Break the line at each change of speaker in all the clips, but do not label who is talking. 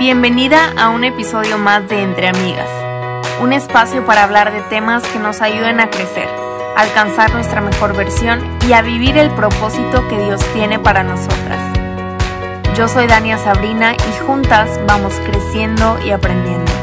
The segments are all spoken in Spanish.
Bienvenida a un episodio más de Entre Amigas, un espacio para hablar de temas que nos ayuden a crecer, a alcanzar nuestra mejor versión y a vivir el propósito que Dios tiene para nosotras. Yo soy Dania Sabrina y juntas vamos creciendo y aprendiendo.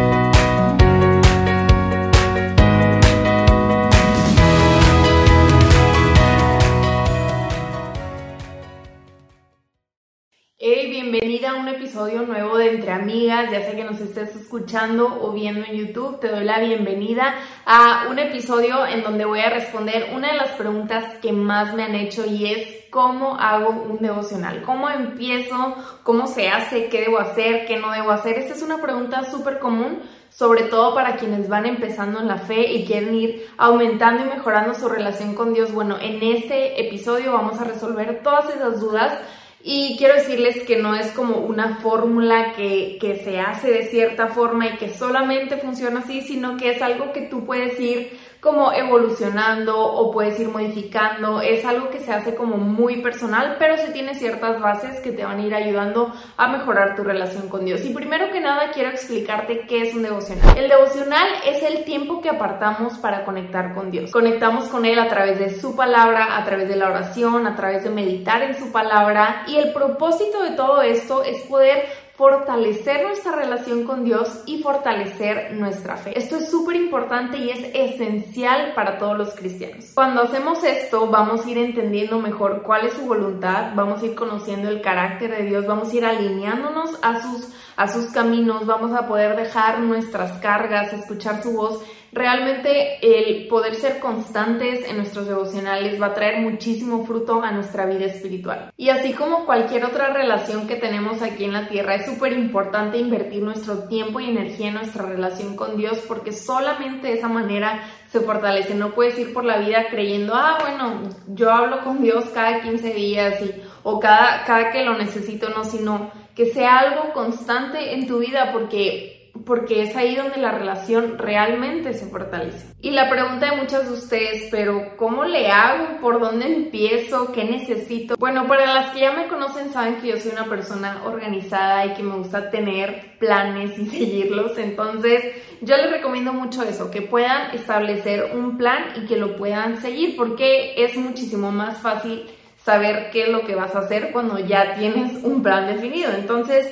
Bienvenida a un episodio nuevo de Entre Amigas, ya sea que nos estés escuchando o viendo en YouTube, te doy la bienvenida a un episodio en donde voy a responder una de las preguntas que más me han hecho y es ¿cómo hago un devocional? ¿Cómo empiezo? ¿Cómo se hace? ¿Qué debo hacer? ¿Qué no debo hacer? Esta es una pregunta súper común, sobre todo para quienes van empezando en la fe y quieren ir aumentando y mejorando su relación con Dios. Bueno, en este episodio vamos a resolver todas esas dudas. Y quiero decirles que no es como una fórmula que se hace de cierta forma y que solamente funciona así, sino que es algo que tú puedes ir como evolucionando o puedes ir modificando. Es algo que se hace como muy personal, pero sí tiene ciertas bases que te van a ir ayudando a mejorar tu relación con Dios. Y primero que nada quiero explicarte qué es un devocional. El devocional es el tiempo que apartamos para conectar con Dios. Conectamos con Él a través de su palabra, a través de la oración, a través de meditar en su palabra. Y el propósito de todo esto es poder fortalecer nuestra relación con Dios y fortalecer nuestra fe. Esto es súper importante y es esencial para todos los cristianos. Cuando hacemos esto, vamos a ir entendiendo mejor cuál es su voluntad, vamos a ir conociendo el carácter de Dios, vamos a ir alineándonos a sus caminos, vamos a poder dejar nuestras cargas, escuchar su voz. Realmente el poder ser constantes en nuestros devocionales va a traer muchísimo fruto a nuestra vida espiritual. Y así como cualquier otra relación que tenemos aquí en la tierra, es súper importante invertir nuestro tiempo y energía en nuestra relación con Dios, porque solamente de esa manera se fortalece. No puedes ir por la vida creyendo, bueno, yo hablo con Dios cada 15 días o cada que lo necesito, no, sino que sea algo constante en tu vida, porque es ahí donde la relación realmente se fortalece. Y la pregunta de muchas de ustedes, pero ¿cómo le hago? ¿Por dónde empiezo? ¿Qué necesito? Bueno, para las que ya me conocen saben que yo soy una persona organizada y que me gusta tener planes y seguirlos. Entonces yo les recomiendo mucho eso, que puedan establecer un plan y que lo puedan seguir, porque es muchísimo más fácil saber qué es lo que vas a hacer cuando ya tienes un plan definido. Entonces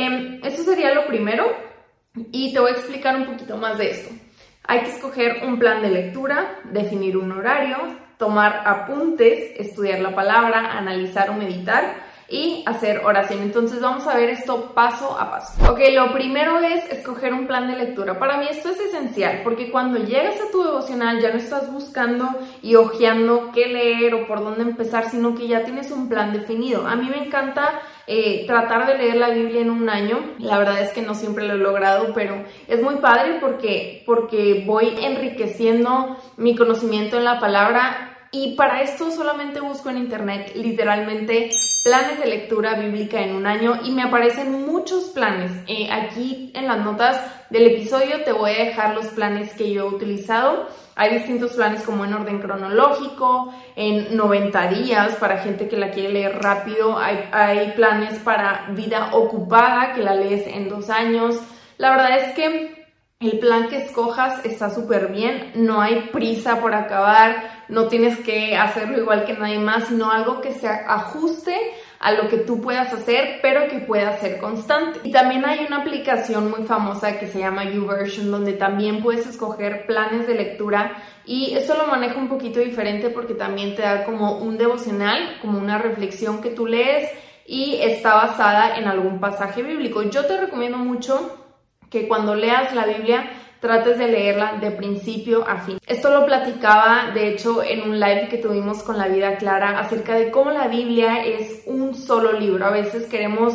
eso sería lo primero. Y te voy a explicar un poquito más de esto. Hay que escoger un plan de lectura, definir un horario, tomar apuntes, estudiar la palabra, analizar o meditar y hacer oración. Entonces vamos a ver esto paso a paso. Ok, lo primero es escoger un plan de lectura. Para mí esto es esencial porque cuando llegas a tu devocional ya no estás buscando y hojeando qué leer o por dónde empezar, sino que ya tienes un plan definido. A mí me encanta tratar de leer la Biblia en un año. La verdad es que no siempre lo he logrado, pero es muy padre porque voy enriqueciendo mi conocimiento en la palabra. Y para esto solamente busco en internet literalmente planes de lectura bíblica en un año y me aparecen muchos planes. Aquí en las notas del episodio te voy a dejar los planes que yo he utilizado. Hay distintos planes como en orden cronológico, en 90 días para gente que la quiere leer rápido. Hay planes para vida ocupada que la lees en 2 años. La verdad es que el plan que escojas está súper bien, no hay prisa por acabar, no tienes que hacerlo igual que nadie más, sino algo que se ajuste a lo que tú puedas hacer, pero que pueda ser constante. Y también hay una aplicación muy famosa que se llama YouVersion, donde también puedes escoger planes de lectura y esto lo maneja un poquito diferente porque también te da como un devocional, como una reflexión que tú lees y está basada en algún pasaje bíblico. Yo te recomiendo mucho que cuando leas la Biblia trates de leerla de principio a fin. Esto lo platicaba, de hecho, en un live que tuvimos con La Vida Clara acerca de cómo la Biblia es un solo libro. A veces queremos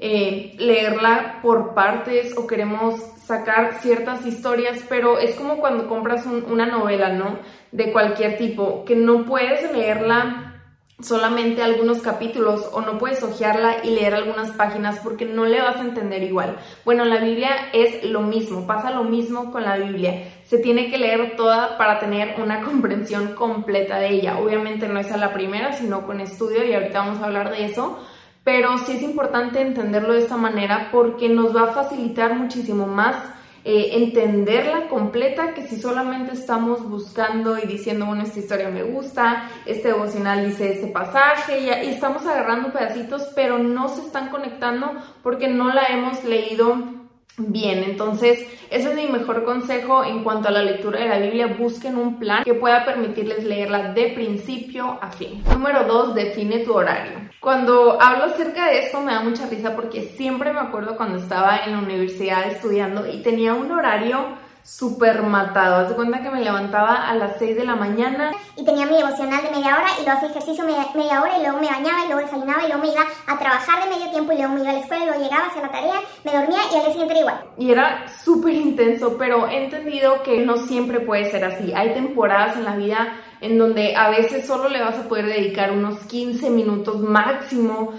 leerla por partes o queremos sacar ciertas historias, pero es como cuando compras una novela, ¿no? De cualquier tipo, que no puedes leerla solamente algunos capítulos o no puedes hojearla y leer algunas páginas porque no le vas a entender igual. Bueno, la Biblia es lo mismo, pasa lo mismo con la Biblia. Se tiene que leer toda para tener una comprensión completa de ella. Obviamente no es a la primera, sino con estudio y ahorita vamos a hablar de eso. pero sí es importante entenderlo de esta manera porque nos va a facilitar muchísimo más entenderla completa que si solamente estamos buscando y diciendo, bueno, esta historia me gusta, este devocional dice este pasaje, y estamos agarrando pedacitos, pero no se están conectando porque no la hemos leído bien. Entonces, ese es mi mejor consejo en cuanto a la lectura de la Biblia. Busquen un plan que pueda permitirles leerla de principio a fin. Número 2, define tu horario. Cuando hablo acerca de esto me da mucha risa porque siempre me acuerdo cuando estaba en la universidad estudiando y tenía un horario súper matado. Haz de cuenta que me levantaba a las 6 de la mañana
y tenía mi devocional de media hora y luego hacía ejercicio media hora y luego me bañaba y luego desayunaba y luego me iba a trabajar de medio tiempo y luego me iba a la escuela y luego llegaba, hacía la tarea, me dormía y al día siguiente era igual.
Y era súper intenso, pero he entendido que no siempre puede ser así. Hay temporadas en la vida en donde a veces solo le vas a poder dedicar unos 15 minutos máximo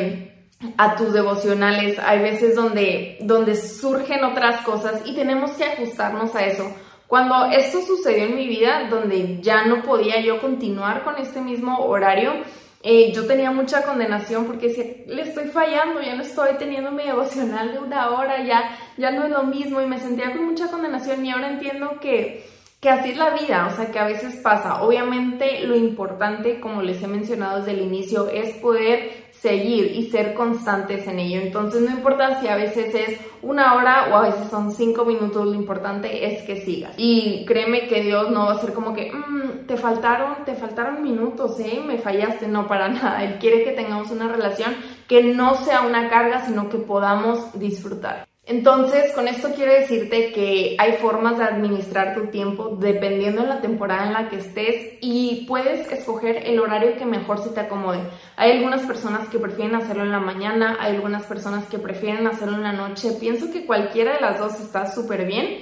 a tus devocionales. Hay veces donde surgen otras cosas y tenemos que ajustarnos a eso. Cuando esto sucedió en mi vida, donde ya no podía yo continuar con este mismo horario, yo tenía mucha condenación porque decía, le estoy fallando, ya no estoy teniendo mi devocional de 1 hora, ya no es lo mismo, y me sentía con mucha condenación. Y ahora entiendo que así es la vida, o sea, que a veces pasa. Obviamente lo importante, como les he mencionado desde el inicio, es poder seguir y ser constantes en ello. Entonces no importa si a veces es 1 hora o a veces son 5 minutos, lo importante es que sigas. Y créeme que Dios no va a ser como que te faltaron minutos, me fallaste. No, para nada. Él quiere que tengamos una relación que no sea una carga, sino que podamos disfrutar. Entonces, con esto quiero decirte que hay formas de administrar tu tiempo dependiendo de la temporada en la que estés y puedes escoger el horario que mejor se te acomode. Hay algunas personas que prefieren hacerlo en la mañana, hay algunas personas que prefieren hacerlo en la noche. Pienso que cualquiera de las dos está súper bien,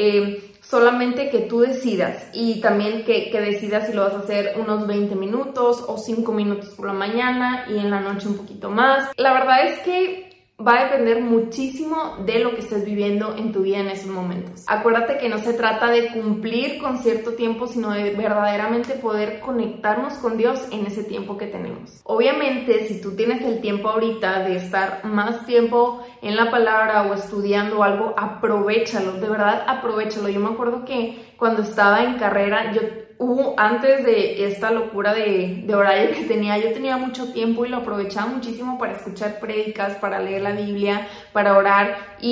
solamente que tú decidas, y también que decidas si lo vas a hacer unos 20 minutos o 5 minutos por la mañana y en la noche un poquito más. La verdad es que va a depender muchísimo de lo que estés viviendo en tu vida en esos momentos. Acuérdate que no se trata de cumplir con cierto tiempo, sino de verdaderamente poder conectarnos con Dios en ese tiempo que tenemos. Obviamente, si tú tienes el tiempo ahorita de estar más tiempo en la palabra o estudiando algo, aprovéchalo, de verdad aprovéchalo. Yo me acuerdo que cuando estaba en carrera, antes de esta locura de horario que tenía, yo tenía mucho tiempo y lo aprovechaba muchísimo para escuchar prédicas, para leer la Biblia, para orar,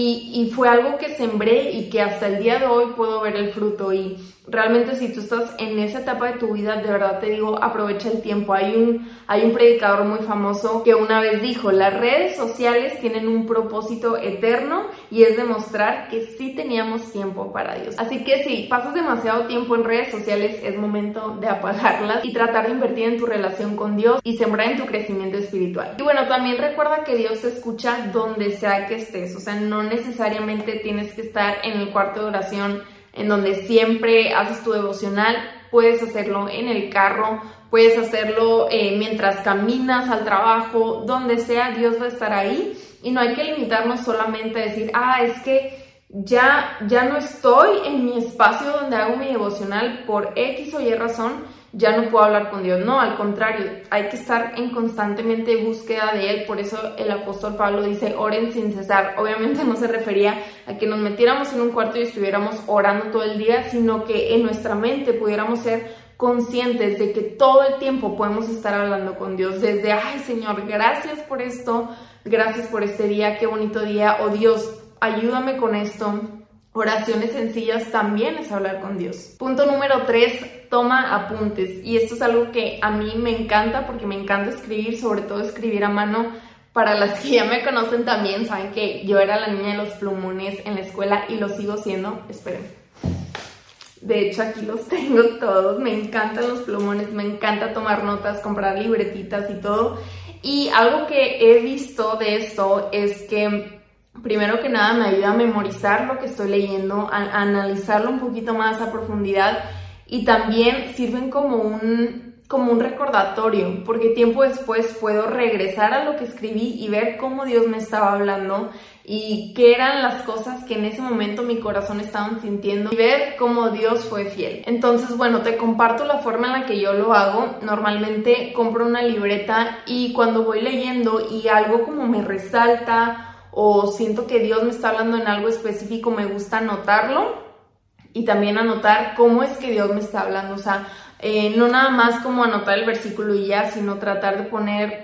y fue algo que sembré y que hasta el día de hoy puedo ver el fruto. Y realmente, si tú estás en esa etapa de tu vida, de verdad te digo, aprovecha el tiempo. Hay un predicador muy famoso que una vez dijo, las redes sociales tienen un propósito eterno y es demostrar que sí teníamos tiempo para Dios. Así que si pasas demasiado tiempo en redes sociales, es momento de apagarlas y tratar de invertir en tu relación con Dios y sembrar en tu crecimiento espiritual. Y bueno, también recuerda que Dios te escucha donde sea que estés. O sea, no necesariamente tienes que estar en el cuarto de oración en donde siempre haces tu devocional. Puedes hacerlo en el carro, puedes hacerlo mientras caminas al trabajo, donde sea, Dios va a estar ahí. Y no hay que limitarnos solamente a decir, es que ya no estoy en mi espacio donde hago mi devocional por X o Y razón, ya no puedo hablar con Dios. No, al contrario, hay que estar en constantemente búsqueda de Él. Por eso el apóstol Pablo dice, oren sin cesar. Obviamente no se refería a que nos metiéramos en un cuarto y estuviéramos orando todo el día, sino que en nuestra mente pudiéramos ser conscientes de que todo el tiempo podemos estar hablando con Dios. Desde, Señor, gracias por esto, gracias por este día, qué bonito día, Dios, ayúdame con esto. Oraciones sencillas también es hablar con Dios. Punto número 3, toma apuntes. Y esto es algo que a mí me encanta porque me encanta escribir, sobre todo escribir a mano. Para las que ya me conocen también, saben que yo era la niña de los plumones en la escuela y lo sigo siendo. Esperen. De hecho, aquí los tengo todos. Me encantan los plumones, me encanta tomar notas, comprar libretitas y todo. Y algo que he visto de esto es que primero que nada me ayuda a memorizar lo que estoy leyendo, a analizarlo un poquito más a profundidad, y también sirven como un como un recordatorio, porque tiempo después puedo regresar a lo que escribí y ver cómo Dios me estaba hablando y qué eran las cosas que en ese momento mi corazón estaban sintiendo y ver cómo Dios fue fiel. Entonces, bueno, te comparto la forma en la que yo lo hago. Normalmente compro una libreta y cuando voy leyendo y algo como me resalta o siento que Dios me está hablando en algo específico, me gusta anotarlo y también anotar cómo es que Dios me está hablando. O sea, no nada más como anotar el versículo y ya, sino tratar de poner,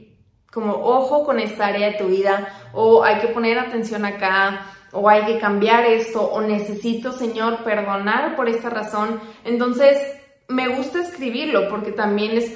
como ojo con esta área de tu vida, o hay que poner atención acá, o hay que cambiar esto, o necesito, Señor, perdonar por esta razón. Entonces, me gusta escribirlo porque también es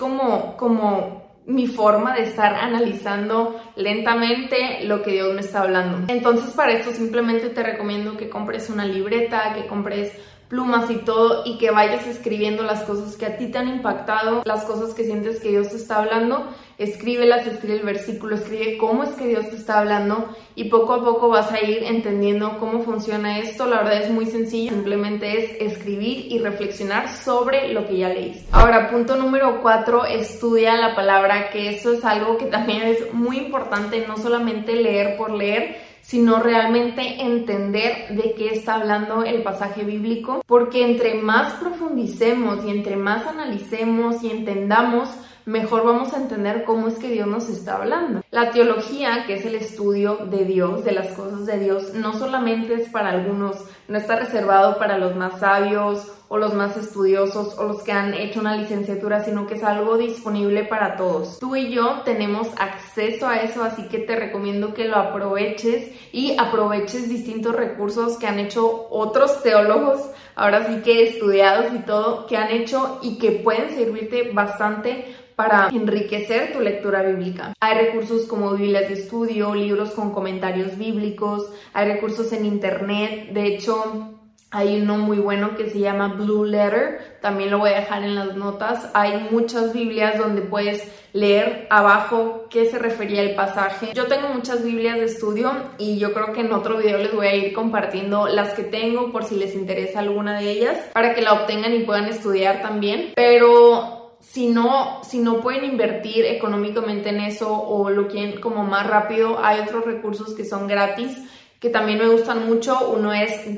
como mi forma de estar analizando lentamente lo que Dios me está hablando. Entonces, para esto simplemente te recomiendo que compres una libreta, que compres plumas y todo, y que vayas escribiendo las cosas que a ti te han impactado, las cosas que sientes que Dios te está hablando. Escríbelas, escribe el versículo, escribe cómo es que Dios te está hablando y poco a poco vas a ir entendiendo cómo funciona esto. La verdad es muy sencillo, simplemente es escribir y reflexionar sobre lo que ya leíste. Ahora, punto número 4, estudia la palabra, que eso es algo que también es muy importante, no solamente leer por leer, sino realmente entender de qué está hablando el pasaje bíblico, porque entre más profundicemos y entre más analicemos y entendamos, mejor vamos a entender cómo es que Dios nos está hablando. La teología, que es el estudio de Dios, de las cosas de Dios, no solamente es para algunos, no está reservado para los más sabios o los más estudiosos o los que han hecho una licenciatura, sino que es algo disponible para todos. Tú y yo tenemos acceso a eso, así que te recomiendo que lo aproveches y aproveches distintos recursos que han hecho otros teólogos, ahora sí que estudiados y todo, que han hecho y que pueden servirte bastante para enriquecer tu lectura bíblica. Hay recursos como Biblias de estudio, libros con comentarios bíblicos, hay recursos en internet. De hecho, hay uno muy bueno que se llama Blue Letter, también lo voy a dejar en las notas. Hay muchas Biblias donde puedes leer abajo qué se refería el pasaje. Yo tengo muchas Biblias de estudio y yo creo que en otro video les voy a ir compartiendo las que tengo por si les interesa alguna de ellas, para que la obtengan y puedan estudiar también. Pero si no pueden invertir económicamente en eso o lo quieren como más rápido, hay otros recursos que son gratis que también me gustan mucho. Uno es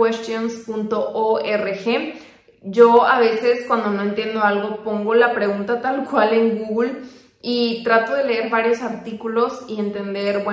godquestions.org. Yo a veces cuando no entiendo algo pongo la pregunta tal cual en Google y trato de leer varios artículos y entender,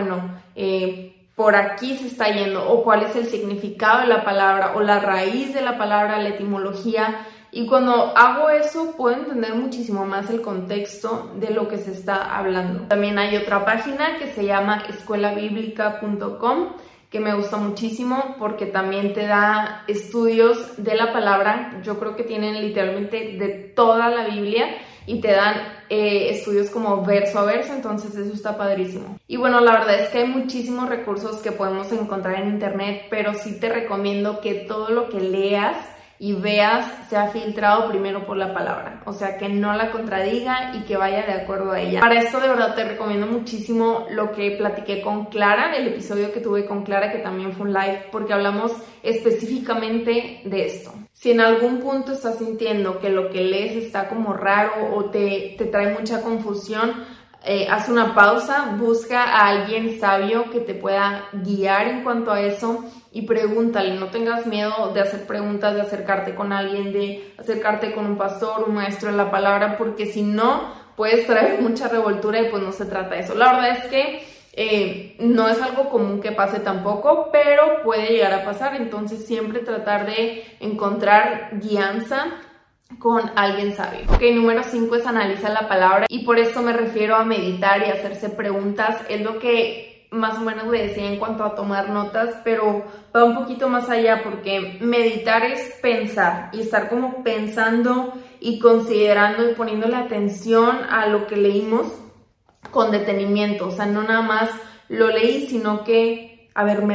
por aquí se está yendo, o cuál es el significado de la palabra o la raíz de la palabra, la etimología. Y cuando hago eso puedo entender muchísimo más el contexto de lo que se está hablando. También hay otra página que se llama escuelabiblica.com, que me gusta muchísimo porque también te da estudios de la palabra. Yo creo que tienen literalmente de toda la Biblia y te dan estudios como verso a verso, entonces eso está padrísimo. Y bueno, la verdad es que hay muchísimos recursos que podemos encontrar en internet, pero sí te recomiendo que todo lo que leas y veas sea filtrado primero por la palabra, o sea, que no la contradiga y que vaya de acuerdo a ella. Para esto de verdad te recomiendo muchísimo lo que platiqué con Clara, el episodio que tuve con Clara, que también fue un live, porque hablamos específicamente de esto. Si en algún punto estás sintiendo que lo que lees está como raro o te trae mucha confusión, haz una pausa, busca a alguien sabio que te pueda guiar en cuanto a eso y pregúntale. No tengas miedo de hacer preguntas, de acercarte con alguien, de acercarte con un pastor, un maestro de la palabra, porque si no, puedes traer mucha revoltura y pues no se trata de eso. La verdad es que no es algo común que pase tampoco, pero puede llegar a pasar, entonces siempre tratar de encontrar guianza con alguien sabio. Ok, número 5 es analizar la palabra, y por esto me refiero a meditar y hacerse preguntas. Es lo que más o menos le decía en cuanto a tomar notas, pero va un poquito más allá, porque meditar es pensar y estar como pensando y considerando y poniéndole atención a lo que leímos con detenimiento. O sea, no nada más lo leí, sino que me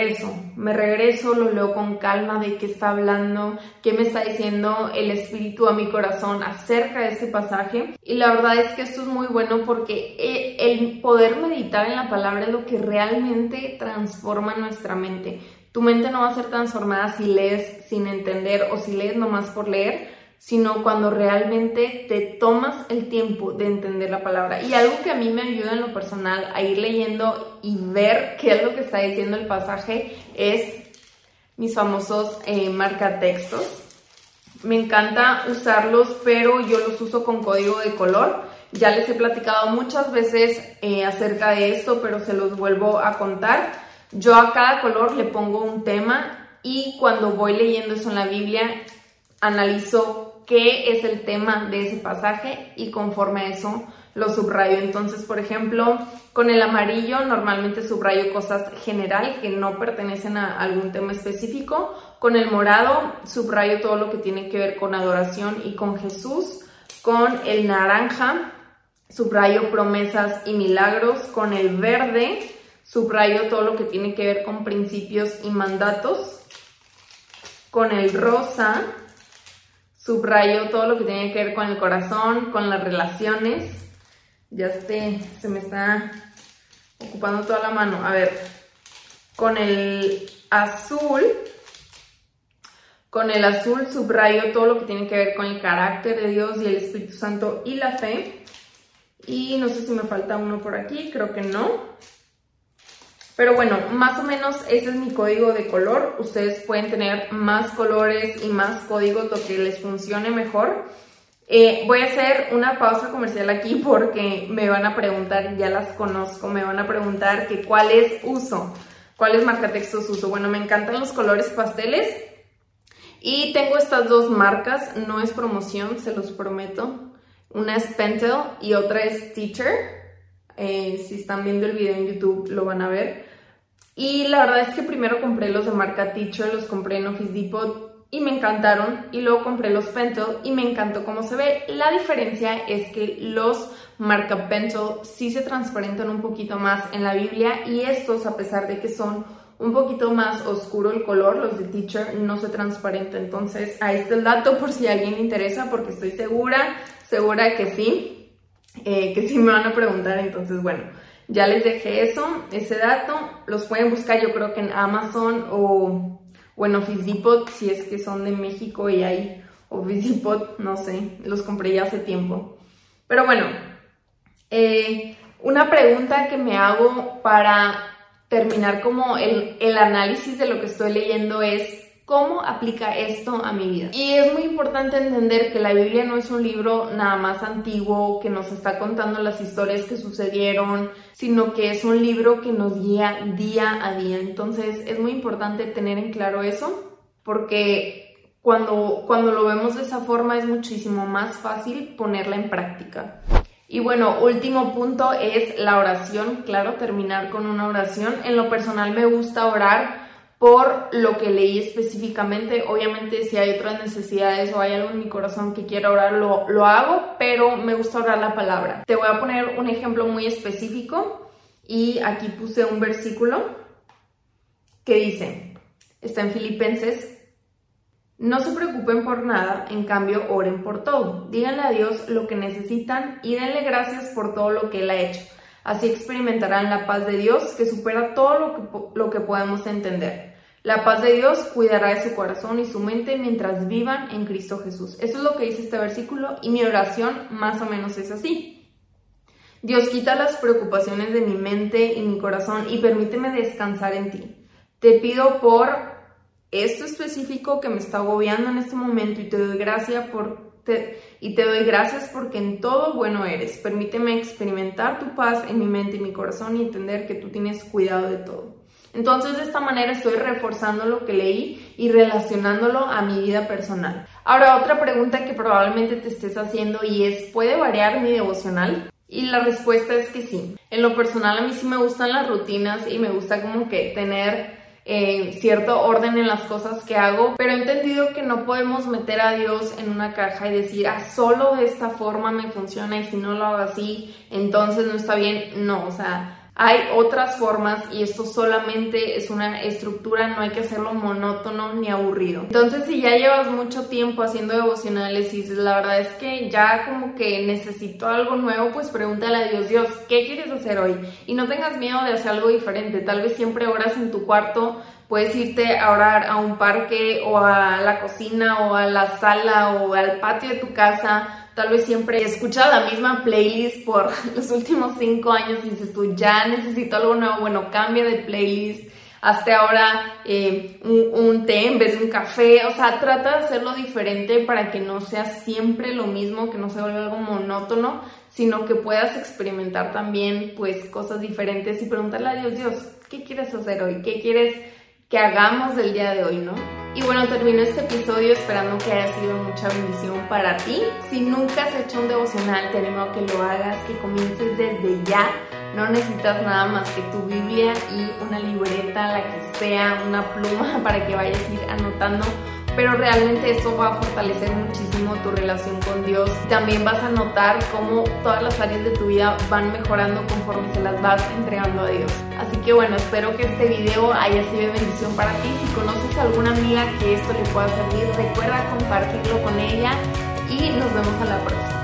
regreso, lo leo con calma de qué está hablando, qué me está diciendo el Espíritu a mi corazón acerca de este pasaje. Y la verdad es que esto es muy bueno porque el poder meditar en la palabra es lo que realmente transforma nuestra mente. Tu mente no va a ser transformada si lees sin entender o si lees nomás por leer. sino cuando realmente te tomas el tiempo de entender la palabra. Y algo que a mí me ayuda en lo personal a ir leyendo y ver qué es lo que está diciendo el pasaje es mis famosos marcatextos. Me encanta usarlos, pero yo los uso con código de color. Ya les he platicado muchas veces acerca de esto, pero se los vuelvo a contar. Yo a cada color le pongo un tema y cuando voy leyendo eso en la Biblia, analizo qué es el tema de ese pasaje y conforme a eso lo subrayo. Entonces, por ejemplo, con el amarillo normalmente subrayo cosas general que no pertenecen a algún tema específico. Con el morado subrayo todo lo que tiene que ver con adoración y con Jesús. Con el naranja subrayo promesas y milagros. Con el verde subrayo todo lo que tiene que ver con principios y mandatos. Con el rosa subrayo todo lo que tiene que ver con el corazón, con las relaciones. Ya se me está ocupando toda la mano. A ver, con el azul subrayo todo lo que tiene que ver con el carácter de Dios y el Espíritu Santo y la fe. Y no sé si me falta uno por aquí, creo que no. Pero bueno, más o menos ese es mi código de color. Ustedes pueden tener más colores y más códigos, lo que les funcione mejor. Voy a hacer una pausa comercial aquí porque me van a preguntar, ya las conozco, me van a preguntar que cuáles uso, cuáles marcatextos uso. Bueno, me encantan los colores pasteles y tengo estas dos marcas, no es promoción, se los prometo. Una es Pentel y otra es Teacher. Si están viendo el video en YouTube lo van a ver. Y la verdad es que primero compré los de marca Teacher, los compré en Office Depot y me encantaron, y luego compré los Pentel y me encantó cómo se ve. La diferencia es que los marca Pentel sí se transparentan un poquito más en la Biblia, y estos, a pesar de que son un poquito más oscuro el color, los de Teacher no se transparentan. Entonces ahí está el dato por si a alguien le interesa, porque estoy segura que sí me van a preguntar. Entonces bueno, ya les dejé ese dato. Los pueden buscar, yo creo que en Amazon o en Office Depot, si es que son de México y hay Office Depot, no sé, los compré ya hace tiempo. Pero bueno, una pregunta que me hago para terminar como el análisis de lo que estoy leyendo es: ¿cómo aplica esto a mi vida? Y es muy importante entender que la Biblia no es un libro nada más antiguo que nos está contando las historias que sucedieron, sino que es un libro que nos guía día a día. Entonces es muy importante tener en claro eso, porque cuando lo vemos de esa forma es muchísimo más fácil ponerla en práctica. Y bueno, último punto es la oración. Claro, terminar con una oración. En lo personal me gusta orar por lo que leí específicamente. Obviamente si hay otras necesidades o hay algo en mi corazón que quiera orar, lo hago, pero me gusta orar la palabra. Te voy a poner un ejemplo muy específico y aquí puse un versículo que dice, está en Filipenses: no se preocupen por nada, en cambio oren por todo. Díganle a Dios lo que necesitan y denle gracias por todo lo que Él ha hecho. Así experimentarán la paz de Dios que supera todo lo que podemos entender. La paz de Dios cuidará de su corazón y su mente mientras vivan en Cristo Jesús. Eso es lo que dice este versículo y mi oración más o menos es así. Dios, quita las preocupaciones de mi mente y mi corazón y permíteme descansar en ti. Te pido por esto específico que me está agobiando en este momento y te doy gracias porque en todo bueno eres. Permíteme experimentar tu paz en mi mente y mi corazón y entender que tú tienes cuidado de todo. Entonces de esta manera estoy reforzando lo que leí y relacionándolo a mi vida personal. Ahora, otra pregunta que probablemente te estés haciendo y es: ¿puede variar mi devocional? Y la respuesta es que sí. En lo personal a mí sí me gustan las rutinas y me gusta como que tener cierto orden en las cosas que hago, pero he entendido que no podemos meter a Dios en una caja y decir, solo de esta forma me funciona y si no lo hago así, entonces no está bien. No, o sea, hay otras formas y esto solamente es una estructura, no hay que hacerlo monótono ni aburrido. Entonces, si ya llevas mucho tiempo haciendo devocionales y dices, la verdad es que ya como que necesito algo nuevo, pues pregúntale a Dios, Dios, ¿qué quieres hacer hoy? Y no tengas miedo de hacer algo diferente. Tal vez siempre oras en tu cuarto puedes irte a orar a un parque o a la cocina o a la sala o al patio de tu casa. Tal vez siempre escuchas la misma playlist por los últimos 5 años y dices tú, ya necesito algo nuevo. Bueno, cambia de playlist, hazte ahora un té en vez de un café. O sea, trata de hacerlo diferente para que no sea siempre lo mismo, que no se vuelva algo monótono, sino que puedas experimentar también pues cosas diferentes y preguntarle a Dios, ¿qué quieres hacer hoy? ¿Qué quieres que hagamos del día de hoy, no? Y bueno, termino este episodio esperando que haya sido mucha bendición para ti. Si nunca has hecho un devocional, te animo a que lo hagas, que comiences desde ya. No necesitas nada más que tu Biblia y una libreta, la que sea, una pluma para que vayas a ir anotando. Pero realmente eso va a fortalecer muchísimo tu relación con Dios. También vas a notar cómo todas las áreas de tu vida van mejorando conforme se las vas entregando a Dios. Así que bueno, espero que este video haya sido de bendición para ti. Si conoces a alguna amiga que esto le pueda servir, recuerda compartirlo con ella y nos vemos a la próxima.